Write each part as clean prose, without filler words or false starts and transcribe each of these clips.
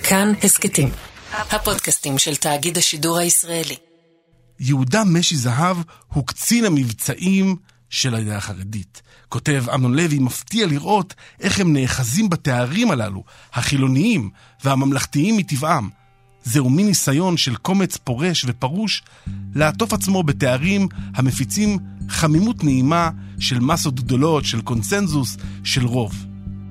כאן הסקטים, הפודקאסטים של תאגיד השידור הישראלי. יהודה משי זהב הוא קצין המבצעים של העדה החרדית. כותב אמנון לוי, מפתיע לראות איך הם נאחזים בתארים הללו, החילוניים והממלכתיים מטבעם. זהו מין ניסיון של קומץ פורש ופרוש לעטוף עצמו בתארים המפיצים חמימות נעימה של מסות גדולות, של קונסנזוס, של רוב.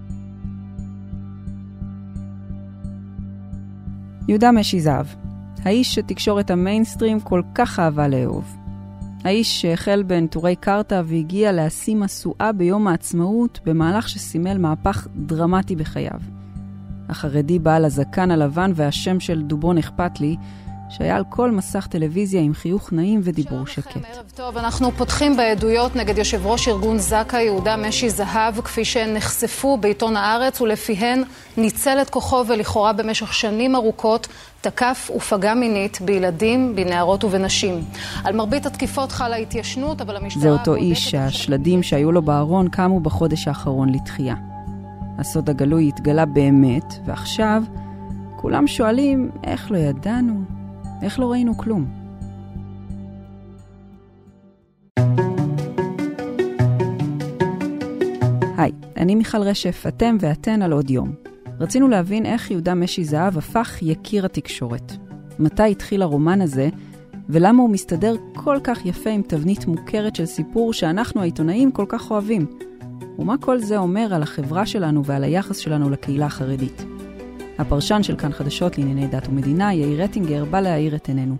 יהודה משי זהב, האיש שתקשורת המיינסטרים כל כך אהבה לאהוב. האיש שהחל בנטורי קרתא והגיע להשיא משואה ביום העצמאות במהלך שסימל מהפך דרמטי בחייו. החרדי בעל הזקן הלבן והשם של דובון אכפת לי, שהיה על כל מסך טלוויזיה עם חיוך נעים ודיבור שקט. ערב טוב, אנחנו פותחים בעדויות נגד יושב ראש ארגון זק"א יהודה משי זהב, כפי שהן נחשפו בעיתון הארץ, ולפיהן ניצל את כוחו ולכאורה במשך שנים ארוכות תקף ופגע מינית בילדים, בנערות ובנשים. על מרבית התקיפות חלה התיישנות, אבל המשטרה... זה אותו איש שהשלדים שהיו לו בארון קמו בחודש האחרון לתחייה. הסוד הגלוי התגלה באמת, ועכשיו כולם שואלים איך לא ידענו, איך לא ראינו כלום. היי, אני מיכל רשף, אתם ואתן על עוד יום. רצינו להבין איך יהודה משי זהב הפך יקיר התקשורת. מתי התחיל הרומן הזה, ולמה הוא מסתדר כל כך יפה עם תבנית מוכרת של סיפור שאנחנו העיתונאים כל כך אוהבים. ומה כל זה אומר על החברה שלנו ועל היחס שלנו לקהילה החרדית. הפרשן של כאן חדשות לענייני דת ומדינה, יאיר רטינגר, בא להאיר את עינינו.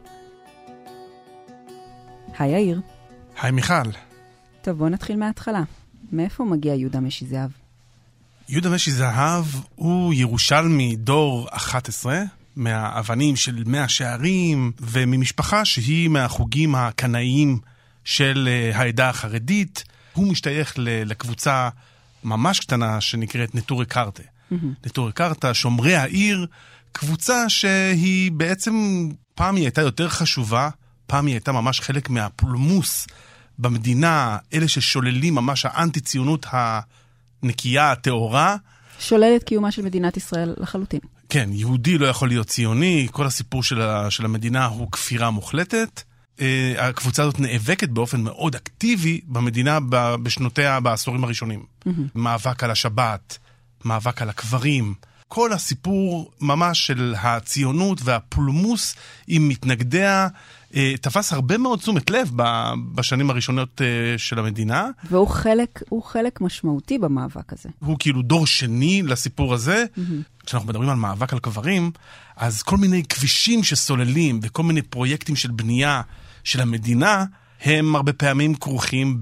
היי יאיר. היי מיכל. טוב, בואו נתחיל מההתחלה. מאיפה מגיע יהודה משי זהב? יהודה משי זהב הוא ירושלמי דור 11, מהאבנים של 100 שערים, וממשפחה שהיא מהחוגים הקנאיים של העדה החרדית. הוא משתייך לקבוצה ממש קטנה שנקראת נטורי קרתא. נטורי קרתא, שומרי העיר, קבוצה שהיא בעצם, פעם היא הייתה יותר חשובה, פעם היא הייתה ממש חלק מהפולמוס במדינה, אלה ששוללים ממש האנטי-ציונות הנקייה, התאורה. שוללת קיומה של מדינת ישראל לחלוטין. כן, יהודי לא יכול להיות ציוני, כל הסיפור של המדינה הוא כפירה מוחלטת. הקבוצה הזאת נאבקת באופן מאוד אקטיבי במדינה בשנותיה, בעשורים הראשונים. מאבק על השבת, מאבק על הקברים, כל הסיפור ממש של הציונות והפולמוס עם מתנגדיה תפס הרבה מאוד תשומת לב בשנים הראשונות של המדינה. והוא חלק משמעותי במאבק הזה. הוא כאילו דור שני לסיפור הזה. כשאנחנו מדברים על מאבק על קברים, אז כל מיני כבישים שסוללים וכל מיני פרויקטים של בנייה של המדינה, הם הרבה פעמים כרוכים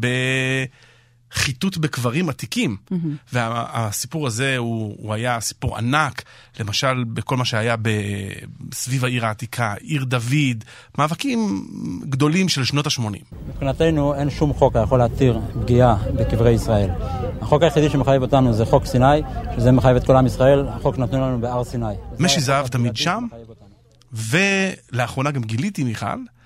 חיטוט בקברים עתיקים. והסיפור הזה הוא היה סיפור ענק, למשל בכל מה שהיה סביב העיר העתיקה, עיר דוד, מאבקים גדולים של שנות ה-80. מבחינתנו אין שום חוק היכול להתיר פגיעה בקברי ישראל. החוק היחידי שמחייב אותנו זה חוק סיני, שזה מחייב את כל עם ישראל, החוק נתנו לנו בהר סיני. משי זהב תמיד שם, ולאחרונה גם גיליתי, מיכל,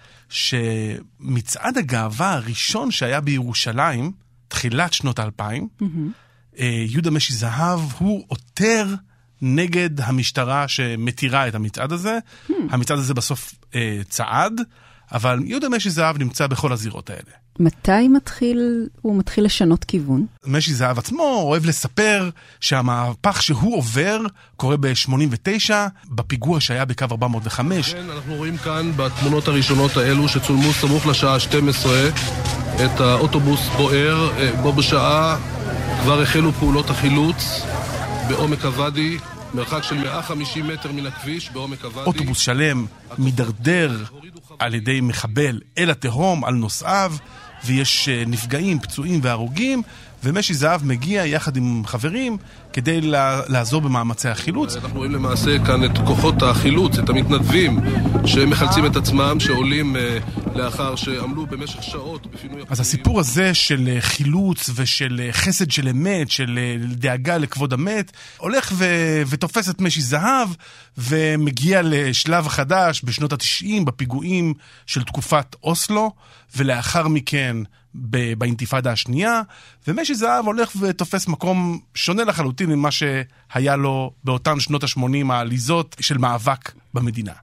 שמצעד הגאווה הראשון שהיה בירושלים, תחילת שנות 2000, יהודה משי זהב הוא עותר נגד המשטרה שמתירה את המצעד הזה. המצעד הזה בסוף צעד, אבל יהודה משי זהב נמצא בכל הזירות האלה. מתי הוא מתחיל לשנות כיוון? משי זהב עצמו אוהב לספר שהמהפך שהוא עובר קורה ב-89, בפיגוע שהיה בקו 405. כן, אנחנו רואים כאן בתמונות הראשונות האלו שצולמו סמוך לשעה 12, את האוטובוס בוער, בו בשעה כבר החלו פעולות החילוץ בעומק הוואדי, מרחק של 150 מטר מן הכביש בעומק הוואדי. אוטובוס שלם מדרדר על ידי מחבל אל התהום, על נוסעיו, ויש נפגעים, פצועים והרוגים, ומשי זהב מגיע יחד עם חברים כדי לעזור במאמצי החילוץ. אנחנו רואים למעשה כאן את כוחות החילוץ, את המתנדבים שמחלצים את עצמם, שעולים לאחר שעמלו במשך שעות בפינוי... אז הסיפור הזה של חילוץ ושל חסד של אמת, של דאגה לכבוד המת, הולך ותופס את משי זהב, ומגיע לשלב חדש בשנות ה-90, בפיגועים של תקופת אוסלו, ולאחר מכן באינתיפאדה השנייה, ומשי זהב הולך ותופס מקום שונה לחלוטין ממה שהיה לו באותן שנות ה-80 העליזות של מאבק במדינה.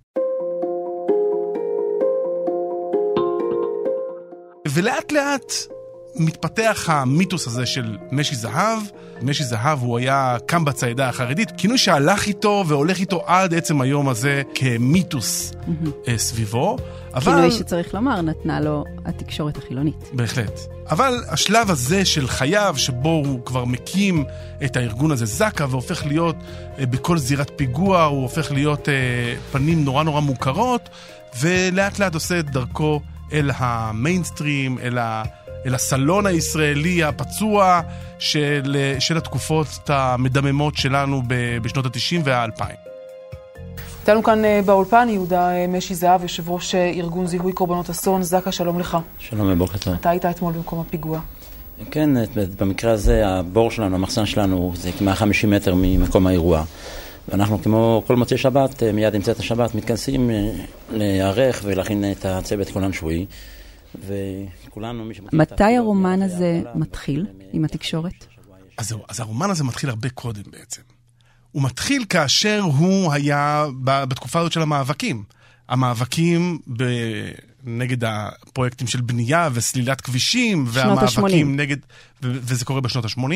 ולאט לאט מתפתח המיתוס הזה של משי זהב. משי זהב הוא היה קמב"ץ העדה החרדית, כינוי שהלך איתו והולך איתו עד עצם היום הזה כמיתוס סביבו. כינוי שצריך לומר, נתנה לו התקשורת החילונית. בהחלט. אבל השלב הזה של חייו, שבו הוא כבר מקים את הארגון הזה זק"א, והופך להיות בכל זירת פיגוע, הוא הופך להיות פנים נורא נורא מוכרות, ולאט לאט עושה את דרכו אל המיינסטרים, אל הסלון הישראלי הפצוע של התקופות המדממות שלנו בשנות ה-90 וה-2000. איתנו כאן באולפן יהודה משי זהב, יושב ראש ארגון זיהוי קורבנות אסון זק"א, שלום לך. שלום, בוקר טוב. אתה היית אתמול במקום הפיגוע. כן, במקרה הזה הבור שלנו, המחסן שלנו, זה כ-150 מטר ממקום האירוע. ואנחנו כמו כל מוצאי שבת, מיד עם צאת השבת, מתכנסים להיערך ולהכין את הצוות כולן שבועי. וכולנו, מתי הרומן הזה מתחיל עם התקשורת? אז הרומן הזה מתחיל הרבה קודם בעצם. הוא מתחיל כאשר הוא היה בתקופה הזאת של המאבקים. המאבקים נגד הפרויקטים של בנייה וסלילת כבישים, והמאבקים נגד, וזה קורה בשנות ה-80,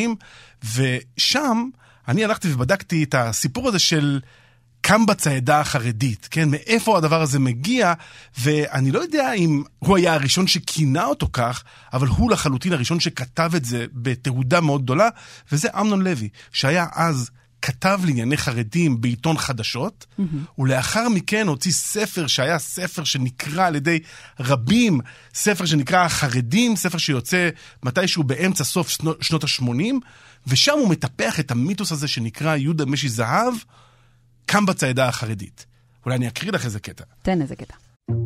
ושם אני הלכתי ובדקתי את הסיפור הזה של קמב"ץ העדה החרדית, כן? מאיפה הדבר הזה מגיע, ואני לא יודע אם הוא היה הראשון שכינה אותו כך, אבל הוא לחלוטין הראשון שכתב את זה בתהודה מאוד גדולה, וזה אמנון לוי, שהיה אז כתב לענייני חרדים בעיתון חדשות, ולאחר מכן הוציא ספר שהיה ספר שנקרא על ידי רבים, ספר שנקרא החרדים, ספר שיוצא מתישהו באמצע סוף שנות ה-80, ושם הוא מטפח את המיתוס הזה שנקרא יהודה משי זהב, קמב"ץ העדה החרדית. אולי אני אקריא לך איזה קטע. תן איזה קטע.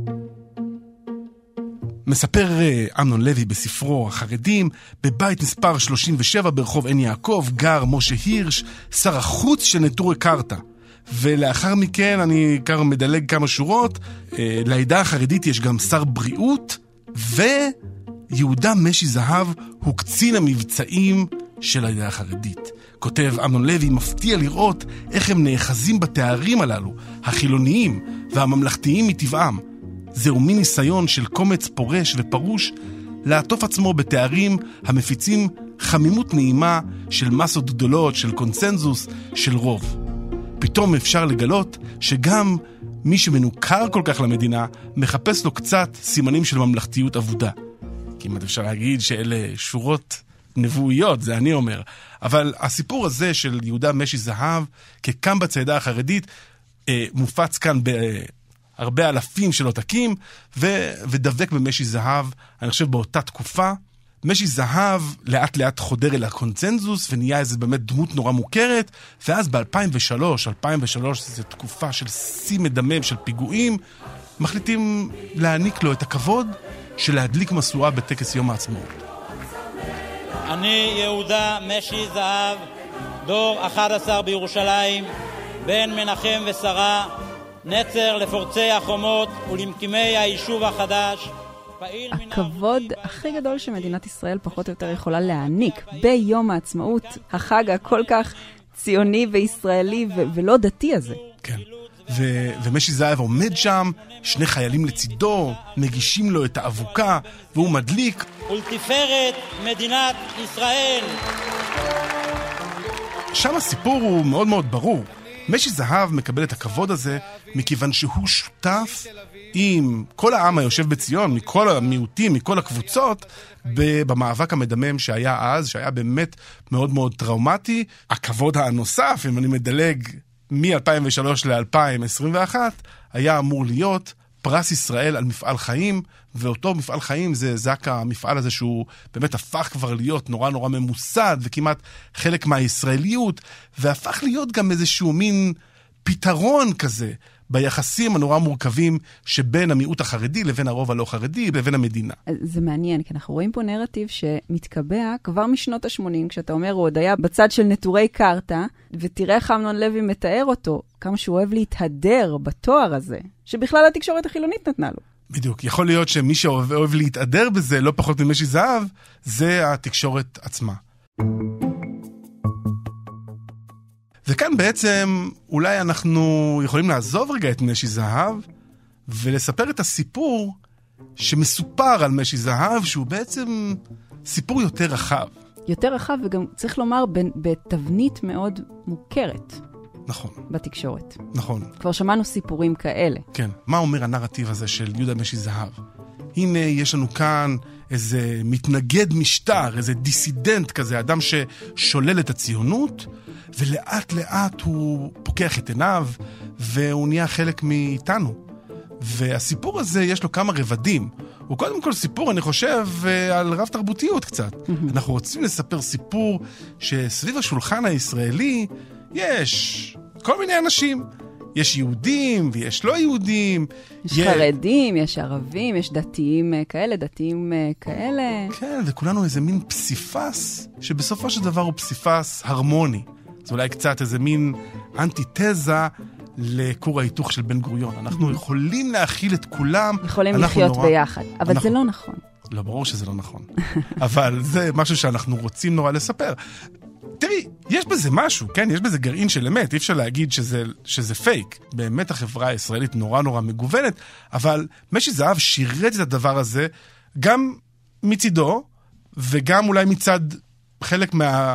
מספר אמנון לוי בספרו החרדים, בבית מספר 37 ברחוב עין יעקב גר משה הירש, שר החוץ של נטורי קרתא. ולאחר מכן אני מדלג כמה שורות, לעדה החרדית יש גם שר בריאות, ויהודה משי זהב הוא קצין המבצעים של העדה החרדית. כותב אמנון לוי, מפתיע לראות איך הם נאחזים בתארים הללו, החילוניים והממלכתיים מטבעם. זהו מין ניסיון של קומץ פורש ופרוש לעטוף עצמו בתארים המפיצים חמימות נעימה של מסות גדולות, של קונסנזוס, של רוב. פתאום אפשר לגלות שגם מי שמנוכר כל כך למדינה מחפש לו קצת סימנים של ממלכתיות עבודה. כמעט אפשר להגיד שאלה שורות נבואיות, זה אני אומר. אבל הסיפור הזה של יהודה משי זהב כקמב"ץ העדה החרדית מופץ כאן הרבה אלפים של עותקים, ודבק במשי זהב, אני חושב באותה תקופה. משי זהב לאט לאט חודר אל הקונצנזוס, ונהיה איזה באמת דמות נורא מוכרת, ואז ב-2003 זו תקופה של שיא מדמם של פיגועים, מחליטים להעניק לו את הכבוד של להדליק משואה בטקס יום העצמאות. אני יהודה משי זהב, דור 11 בירושלים, בן מנחם ושרה, נצר לפורצי החומות ולמקימי היישוב החדש. הכבוד הכי גדול שמדינת ישראל פחות או יותר יכולה להעניק ביום העצמאות, החג הכל כך ציוני וישראלי ולא דתי הזה. כן. ומשי זהב עומד שם, שני חיילים לצידו, מגישים לו את האבוקה, והוא מדליק. ולתפארת מדינת ישראל. שם הסיפור הוא מאוד מאוד ברור. משי זהב מקבל את הכבוד הזה מכיוון שהוא שותף עם כל העם היושב בציון, מכל המיעוטים, מכל הקבוצות, במאבק המדמם שהיה אז, שהיה באמת מאוד מאוד טראומטי. הכבוד הנוסף, אם אני מדלג מ-2003 ל-2021, היה אמור להיות פרס ישראל על מפעל חיים, ואותו מפעל חיים זה זק"א, המפעל הזה שהוא באמת הפך כבר להיות נורא נורא ממוסד, וכמעט חלק מהישראליות, והפך להיות גם איזשהו מין פתרון כזה ביחסים הנורא מורכבים שבין המיעוט החרדי לבין הרוב הלא חרדי, לבין המדינה. זה מעניין, כי אנחנו רואים פה נרטיב שמתקבע כבר משנות ה-80, כשאתה אומר, הוא עוד היה בצד של נטורי קרתא, ותראה איך אמנון לוי מתאר אותו, כמה שהוא אוהב להתהדר בתואר הזה, שבכלל התקשורת החילונית נתנה לו. בדיוק. יכול להיות שמי שאוהב להתהדר בזה, לא פחות ממשי זהב, זה התקשורת עצמה. וכאן בעצם אולי אנחנו יכולים לעזוב רגע את משי זהב, ולספר את הסיפור שמסופר על משי זהב, שהוא בעצם סיפור יותר רחב. יותר רחב, וגם צריך לומר בתבנית מאוד מוכרת. נכון. בתקשורת. נכון. כבר שמענו סיפורים כאלה. כן. מה אומר הנרטיב הזה של יהודה משי זהב? הנה יש לנו כאן איזה מתנגד משטר, איזה דיסידנט כזה, אדם ששולל את הציונות, ולאט לאט הוא פוקח את עיניו, והוא נהיה חלק מאיתנו. והסיפור הזה יש לו כמה רבדים. הוא קודם כל סיפור, אני חושב, על רב תרבותיות קצת. אנחנו רוצים לספר סיפור שסביב השולחן הישראלי יש כל מיני אנשים. יש יהודים ויש לא יהודים. יש חרדים, יש ערבים, יש דתיים כאלה, דתיים כאלה. כן, וכולנו איזה מין פסיפס, שבסופו של דבר הוא פסיפס הרמוני. זה אולי קצת איזה מין אנטיתזה לכור ההיתוך של בן גוריון. אנחנו יכולים להכיל את כולם. יכולים לחיות ביחד, אבל זה לא נכון. לא, ברור שזה לא נכון. אבל זה משהו שאנחנו רוצים נורא לספר. תראי, יש בזה משהו, כן? יש בזה גרעין של אמת. אי אפשר להגיד שזה פייק. באמת החברה הישראלית נורא נורא מגוונת, אבל משי זהב שירת את הדבר הזה גם מצידו, וגם אולי מצד חלק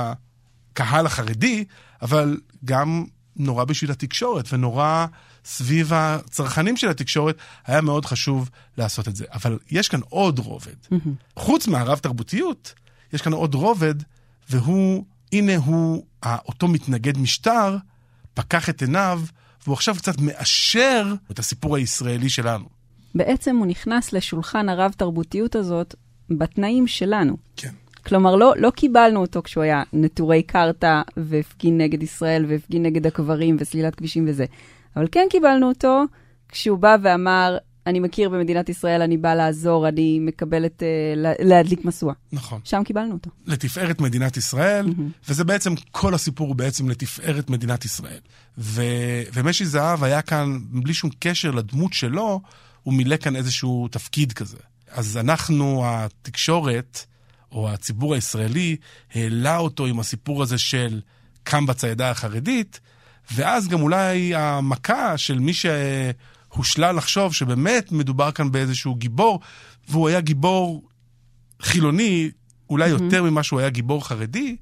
מהקהל החרדי, אבל גם נורא בשביל התקשורת, ונורא סביב הצרכנים של התקשורת, היה מאוד חשוב לעשות את זה. אבל יש כאן עוד רובד. חוץ מהרב תרבותיות, יש כאן עוד רובד, והוא, הנה הוא, אותו מתנגד משטר, פקח את עיניו, והוא עכשיו קצת מאשר את הסיפור הישראלי שלנו. בעצם הוא נכנס לשולחן הרב תרבותיות הזאת, בתנאים שלנו. כן. כלומר, לא קיבלנו אותו כשהוא היה נטורי קרתא, והפגין נגד ישראל, והפגין נגד הקברים, וסלילת כבישים וזה. אבל כן קיבלנו אותו כשהוא בא ואמר, אני מכיר במדינת ישראל, אני בא לעזור, אני מקבלת להדליק מסוע. נכון. שם קיבלנו אותו. לתפארת מדינת ישראל, וזה בעצם, כל הסיפור הוא בעצם לתפארת מדינת ישראל. ומשי זהב היה כאן, בלי שום קשר לדמות שלו, הוא מילא כאן איזשהו תפקיד כזה. אז אנחנו, התקשורת, או הציבור הישראלי, העלה אותו עם הסיפור הזה של קם בציידה החרדית, ואז גם אולי המכה של מי שהושלה לחשוב שבאמת מדובר כאן באיזשהו גיבור, והוא היה גיבור חילוני, אולי יותר ממה שהוא היה גיבור חרדי,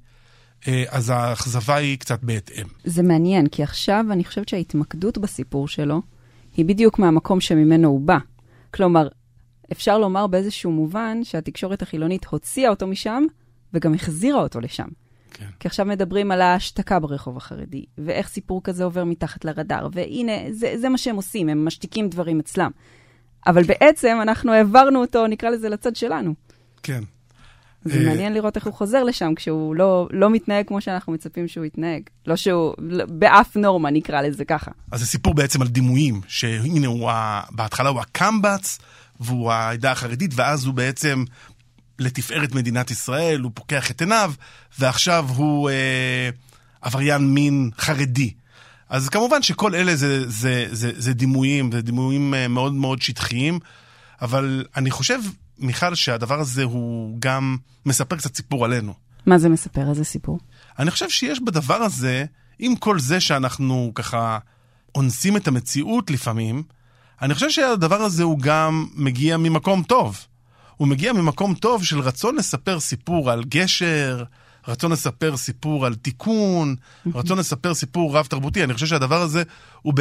אז האכזבה היא קצת בהתאם. זה מעניין, כי עכשיו אני חושבת שההתמקדות בסיפור שלו, היא בדיוק מהמקום שממנו הוא בא. כלומר, אפשר לומר באיזשהו מובן שהתקשורת החילונית הוציאה אותו משם, וגם החזירה אותו לשם. כן. כי עכשיו מדברים על ההשתקה ברחוב החרדי, ואיך סיפור כזה עובר מתחת לרדאר, והנה, זה מה שהם עושים, הם משתיקים דברים אצלם. אבל בעצם אנחנו העברנו אותו, נקרא לזה, לצד שלנו. כן. זה מעניין לראות איך הוא חוזר לשם, כשהוא לא מתנהג כמו שאנחנו מצפים שהוא יתנהג. לא שהוא, באף נורמה נקרא לזה ככה. אז זה סיפור בעצם על דימויים, שהנה הוא, בהתחלה הוא הקמב"ץ, והוא העדה החרדית, ואז הוא בעצם לתפארת מדינת ישראל, הוא פוקח את עיניו, ועכשיו הוא עבריין מין חרדי. אז כמובן שכל אלה זה דימויים, זה דימויים מאוד מאוד שטחיים, אבל אני חושב, מיכל, שהדבר הזה הוא גם מספר קצת סיפור עלינו. מה זה מספר? איזה סיפור? אני חושב שיש בדבר הזה, עם כל זה שאנחנו ככה אונסים את המציאות לפעמים, אני חושב שהדבר הזה הוא גם מגיע ממקום טוב. הוא מגיע ממקום טוב של רצון לספר סיפור על גשר, רצון לספר סיפור על תיקון, רצון לספר סיפור רב תרבותי. אני חושב שהדבר הזה הוא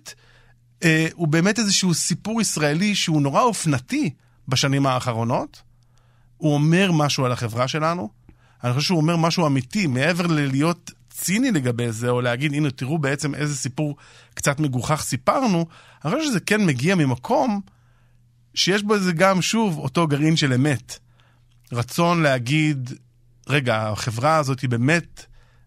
באמת איזשהו סיפור ישראלי שהוא נורא אופנתי בשנים האחרונות. הוא אומר משהו על החברה שלנו. אני חושב שהוא אומר משהו אמיתי, מעבר ללהיות ציני לגבי זה, או להגיד, הנה, תראו בעצם איזה סיפור קצת מגוחך סיפרנו. אני חושב שזה כן מגיע ממקום שיש בו איזה גם שוב אותו גרעין של אמת. רצון להגיד, רגע, החברה הזאת היא באמת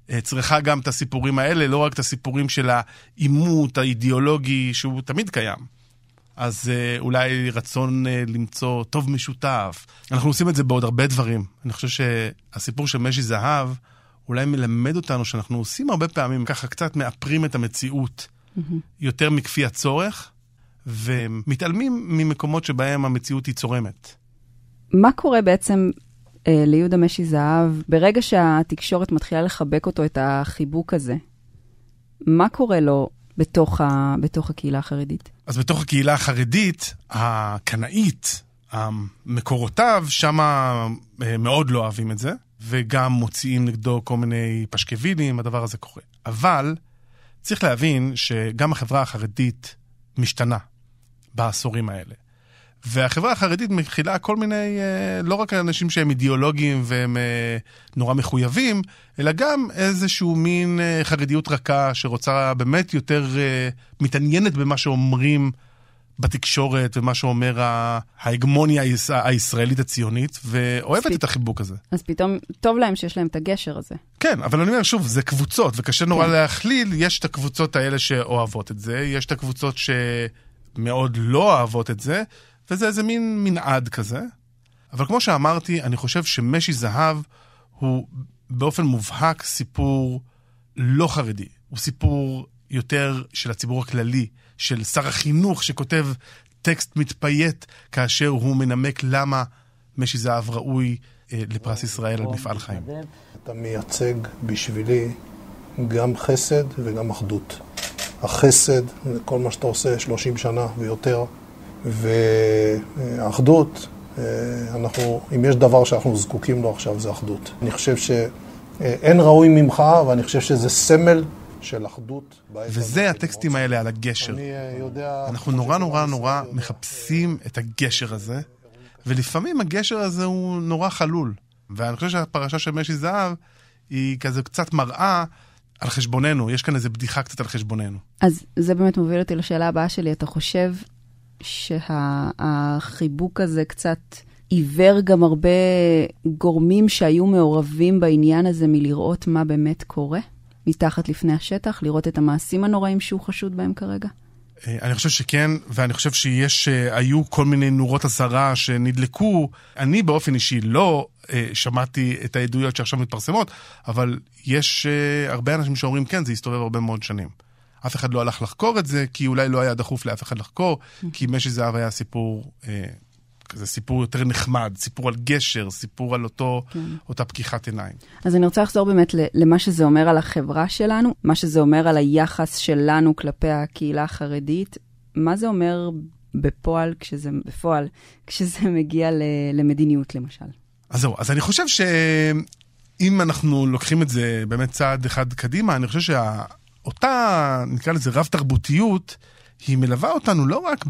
צריכה גם את הסיפורים האלה, לא רק את הסיפורים של האימות האידיאולוגי שהוא תמיד קיים. אז אולי רצון למצוא טוב משותף. אנחנו עושים את זה בעוד הרבה דברים. אני חושב שהסיפור של משי זהב אולי מלמד אותנו שאנחנו עושים הרבה פעמים ככה קצת מאפרים את המציאות יותר מכפי הצורך, ומתעלמים ממקומות שבהם המציאות היא צורמת. מה קורה בעצם ליהודה משי זהב ברגע שהתקשורת מתחילה לחבק אותו את החיבוק הזה? מה קורה לו בתוך הקהילה החרדית? אז בתוך הקהילה החרדית, הקנאית, המקורותיו, שם מאוד לא אוהבים את זה, וגם מוציאים נגדו כל מיני פשקווילים, הדבר הזה קורה. אבל צריך להבין שגם החברה החרדית משתנה בעשורים האלה. והחברה החרדית מכילה כל מיני, לא רק אנשים שהם אידיאולוגיים והם נורא מחויבים, אלא גם איזשהו מין חרדיות רכה שרוצה באמת יותר מתעניינת במה שאומרים בתקשורת ומה שאומר ההגמוניה הישראלית הציונית, ואוהבת את החיבוק הזה. אז פתאום טוב להם שיש להם את הגשר הזה. כן, אבל אני אומר שוב, זה קבוצות, וקשה נורא להכליל, יש את הקבוצות האלה שאוהבות את זה, יש את הקבוצות שמאוד לא אוהבות את זה, וזה איזה מין מנעד כזה. אבל כמו שאמרתי, אני חושב שמשי זהב הוא באופן מובהק סיפור לא חרדי. הוא סיפור יותר של הציבור הכללי, של שר החינוך שכותב טקסט מתפייט כאשר הוא מנמק למה משי זהב ראוי לפרס ישראל על מפעל חיים. אתה מייצג בשבילי גם חסד וגם אחדות. החסד, כל מה שאתה עושה 30 שנה ויותר, והאחדות, אם יש דבר שאנחנו זקוקים לו עכשיו, זה אחדות. אני חושב שאין ראוי ממך, ואני חושב שזה סמל של אחדות. וזה הטקסטים האלה על הגשר. אנחנו נורא נורא נורא מחפשים את הגשר הזה, ולפעמים הגשר הזה הוא נורא חלול. ואני חושב שהפרשה של משי זהב היא כזה קצת מראה על חשבוננו. יש כאן איזו בדיחה קצת על חשבוננו. אז זה באמת מוביל אותי לשאלה הבאה שלי. אתה חושב שהחיבוק הזה קצת עיוור גם הרבה גורמים שהיו מעורבים בעניין הזה מלראות מה באמת קורה? מתחת לפני השטח, לראות את המעשים הנוראים שהוא חשוד בהם כרגע? אני חושב שכן, ואני חושב שהיו כל מיני נורות אזהרה שנדלקו. אני באופן אישי לא שמעתי את העדויות שעכשיו מתפרסמות, אבל יש הרבה אנשים שאומרים כן, זה הסתובב הרבה מאוד שנים. אף אחד לא הלך לחקור את זה, כי אולי לא היה דחוף לאף אחד לחקור, כי משי זהב היה סיפור, כזה סיפור יותר נחמד, סיפור על גשר, סיפור על אותה פקיחת עיניים. אז אני רוצה לחזור באמת למה שזה אומר על החברה שלנו, מה שזה אומר על היחס שלנו כלפי הקהילה החרדית, מה זה אומר בפועל, כשזה מגיע למדיניות למשל? אז זהו, אז אני חושב שאם אנחנו לוקחים את זה באמת צעד אחד קדימה, אני חושב אותה, נקרא לזה רב תרבותיות, היא מלווה אותנו לא רק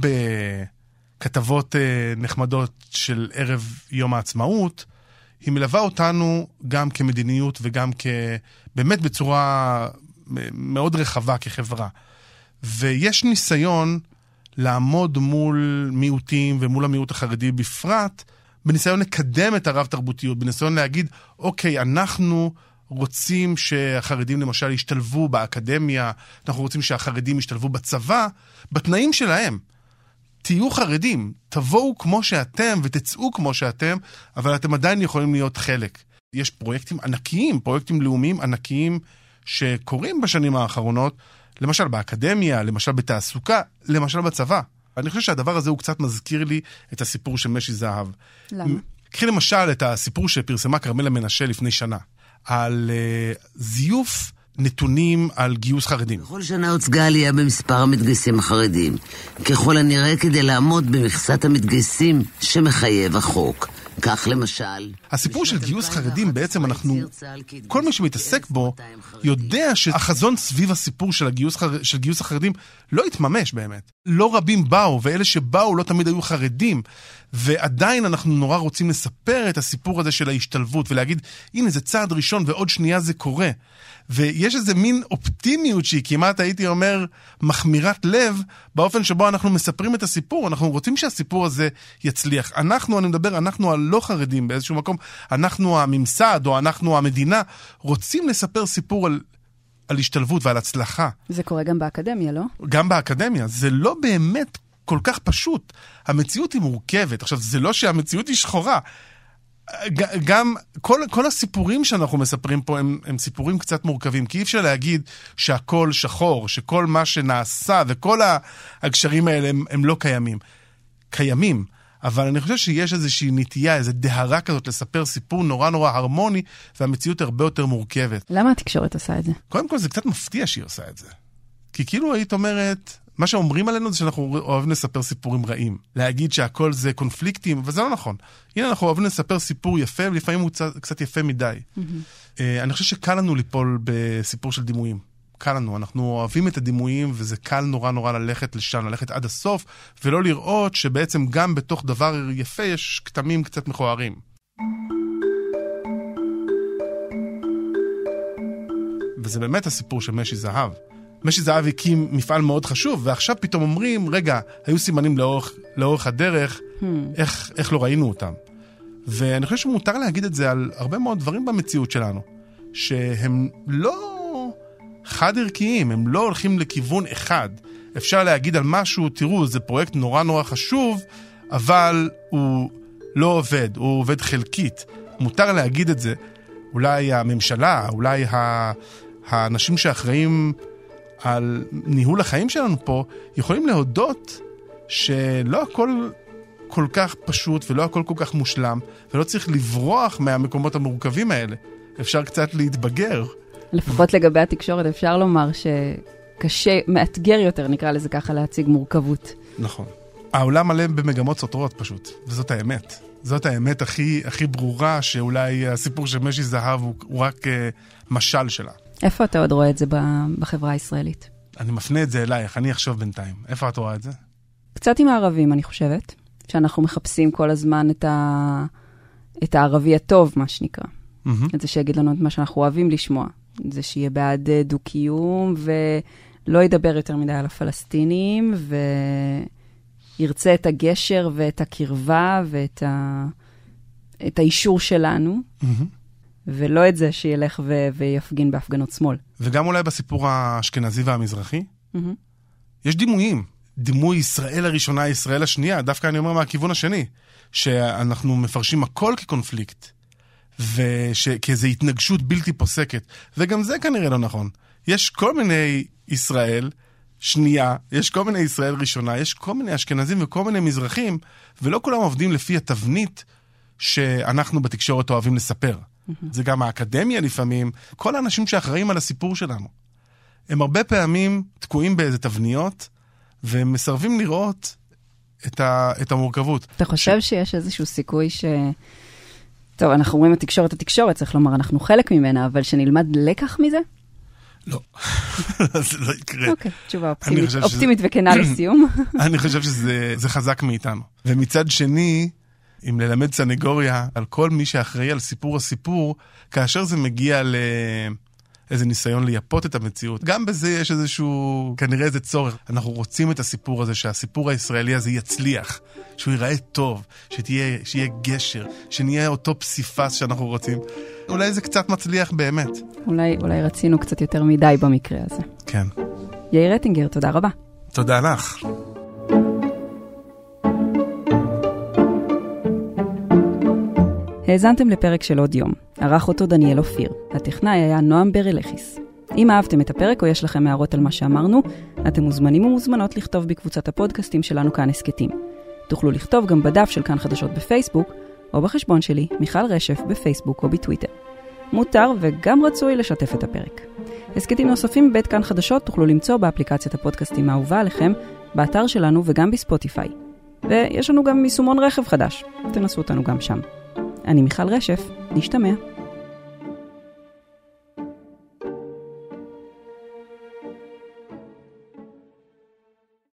בכתבות נחמדות של ערב יום העצמאות, היא מלווה אותנו גם כמדיניות וגם באמת בצורה מאוד רחבה כחברה. ויש ניסיון לעמוד מול מיעוטים ומול המיעוט החרדי בפרט, בניסיון לקדם את הרב תרבותיות, בניסיון להגיד, אוקיי, אנחנו רוצים שהחרדים למשל ישתלבו באקדמיה, אנחנו רוצים שהחרדים ישתלבו בצבא, בתנאים שלהם. תהיו חרדים, תבואו כמו שאתם ותצאו כמו שאתם, אבל אתם עדיין יכולים להיות חלק. יש פרויקטים ענקיים, פרויקטים לאומיים ענקיים שקורים בשנים האחרונות, למשל באקדמיה, למשל בתעסוקה, למשל בצבא. אני חושב שהדבר הזה הוא קצת מזכיר לי את הסיפור של משי זהב. למה? קחי למשל את הסיפור שפרסמה כרמלה מנשה לפני שנה. על זיוף נתונים על גיוס חרדים. בכל שנה הוצגה עלייה במספר המתגייסים החרדים, ככל הנראה כדי לעמוד במכסת המתגייסים שמחייב החוק. כך למשל... הסיפור של גיוס חרדים בעצם כל מי שמתעסק בו יודע שהחזון סביב הסיפור של גיוס החרדים לא התממש באמת. לא רבים באו, ואלה שבאו לא תמיד היו חרדים, ועדיין אנחנו נורא רוצים לספר את הסיפור הזה של ההשתלבות, ולהגיד, הנה זה צעד ראשון ועוד שנייה זה קורה. ויש איזה מין אופטימיות שהיא כמעט, הייתי אומר, מחמירת לב, באופן שבו אנחנו מספרים את הסיפור, אנחנו רוצים שהסיפור הזה יצליח. אנחנו הלא חרדים באיזשהו מקום, אנחנו הממסד או אנחנו המדינה, רוצים לספר סיפור על השתלבות ועל הצלחה. זה קורה גם באקדמיה, לא? גם באקדמיה. זה לא באמת כל כך פשוט. המציאות היא מורכבת. עכשיו, זה לא שהמציאות היא שחורה. גם כל הסיפורים שאנחנו מספרים פה הם סיפורים קצת מורכבים, כי אי אפשר להגיד שהכל שחור, שכל מה שנעשה וכל הקשרים האלה הם לא קיימים. קיימים, אבל אני חושב שיש איזושהי נטייה, איזו דהרה כזאת לספר סיפור נורא נורא הרמוני, והמציאות הרבה יותר מורכבת. למה התקשורת עושה את זה? קודם כל זה קצת מפתיע שהיא עושה את זה. כי כאילו היית אומרת, מה שאומרים עלינו זה שאנחנו אוהבים לספר סיפורים רעים. להגיד שהכל זה קונפליקטים, אבל זה לא נכון. הנה אנחנו אוהבים לספר סיפור יפה, ולפעמים הוא קצת יפה מדי. אני חושב שקל לנו ליפול בסיפור של דימויים. קל לנו, אנחנו אוהבים את הדימויים, וזה קל נורא נורא ללכת לשם, ללכת עד הסוף, ולא לראות שבעצם גם בתוך דבר יפה יש כתמים קצת מכוערים. וזה באמת הסיפור של משי זהב. משי זהב הקים מפעל מאוד חשוב, ועכשיו פתאום אומרים, רגע, היו סימנים לאורך הדרך, איך לא ראינו אותם. ואני חושב שמותר להגיד את זה על הרבה מאוד דברים במציאות שלנו, שהם לא חד ערכיים, הם לא הולכים לכיוון אחד. אפשר להגיד על משהו, תראו, זה פרויקט נורא נורא חשוב, אבל הוא לא עובד, הוא עובד חלקית. מותר להגיד את זה. אולי הממשלה, אולי האנשים שאחראים על ניהול החיים שלנו פה, יכולים להודות שלא הכל כל כך פשוט, ולא הכל כל כך מושלם, ולא צריך לברוח מהמקומות המורכבים האלה. אפשר קצת להתבגר. לפחות לגבי התקשורת אפשר לומר שקשה, מאתגר יותר, נקרא לזה ככה, להציג מורכבות. נכון. העולם מלא במגמות סותרות פשוט, וזאת האמת. זאת האמת הכי ברורה, שאולי הסיפור של משי זהב הוא רק משל שלה. איפה אתה עוד רואה את זה בחברה הישראלית? אני מפנה את זה אלייך, אני אחשוב בינתיים. איפה את רואה את זה? קצת עם הערבים, אני חושבת, שאנחנו מחפשים כל הזמן את הערבי הטוב, מה שנקרא. את זה שיגיד לנו את מה שאנחנו אוהבים לשמוע. זה שיהיה בעד דו-קיום, ולא ידבר יותר מדי על הפלסטינים, וירצה את הגשר ואת הקרבה, ואת האישור שלנו, ולא את זה שילך ויפגין בהפגנות שמאל. וגם אולי בסיפור האשכנזי והמזרחי, יש דימויים. דימוי ישראל הראשונה, ישראל השנייה, דווקא אני אומר מהכיוון השני, שאנחנו מפרשים הכל כקונפליקט, וכאיזו התנגשות בלתי פוסקת. וגם זה כנראה לא נכון. יש כל מיני ישראל שנייה, יש כל מיני ישראל ראשונה, יש כל מיני אשכנזים וכל מיני מזרחים, ולא כולם עובדים לפי התבנית שאנחנו בתקשורת אוהבים לספר. זה גם האקדמיה לפעמים, כל האנשים שאחראים על הסיפור שלנו. הם הרבה פעמים תקועים באיזה תבניות, והם מסרבים לראות את המורכבות. אתה חושב שיש איזשהו סיכוי טוב, אנחנו אומרים התקשורת, צריך לומר, אנחנו חלק ממנה, אבל שנלמד לקח מזה? לא. זה לא יקרה. אוקיי, תשובה אופטימית וכנה לסיום. אני חושב שזה חזק מאיתנו. ומצד שני, אם ללמד סנגוריה על כל מי שאחראי על סיפור הסיפור, כאשר זה מגיע לאיזה ניסיון לייפות את המציאות, גם בזה יש איזשהו, כנראה איזה צורך. אנחנו רוצים את הסיפור הזה, שהסיפור הישראלי הזה יצליח, שהוא ייראה טוב, שיהיה גשר, שנהיה אותו פסיפס שאנחנו רוצים. אולי זה קצת מצליח באמת. אולי רצינו קצת יותר מדי במקרה הזה. כן. יאיר רטינגר, תודה רבה. תודה לך. האזנתם לפרק של עוד יום. ערך אותו דניאל אופיר. הטכנאי היה נועם ברלכיס. אם אהבתם את הפרק או יש לכם הערות על מה שאמרנו, אתם מוזמנים ומוזמנות לכתוב בקבוצת הפודקאסטים שלנו כאן הסקטים. תוכלו לכתוב גם בדף של כאן חדשות בפייסבוק, או בחשבון שלי, מיכל רשף, בפייסבוק או בטוויטר. מותר וגם רצוי לשתף את הפרק. הסקטים נוספים בית כאן חדשות תוכלו למצוא באפליקציית הפודקאסטים האהובה עליכם, באתר שלנו וגם בספוטיפיי. ויש לנו גם יישומון רכב חדש. תנסו אותנו גם שם. אני מיכל רשף, נשתמע.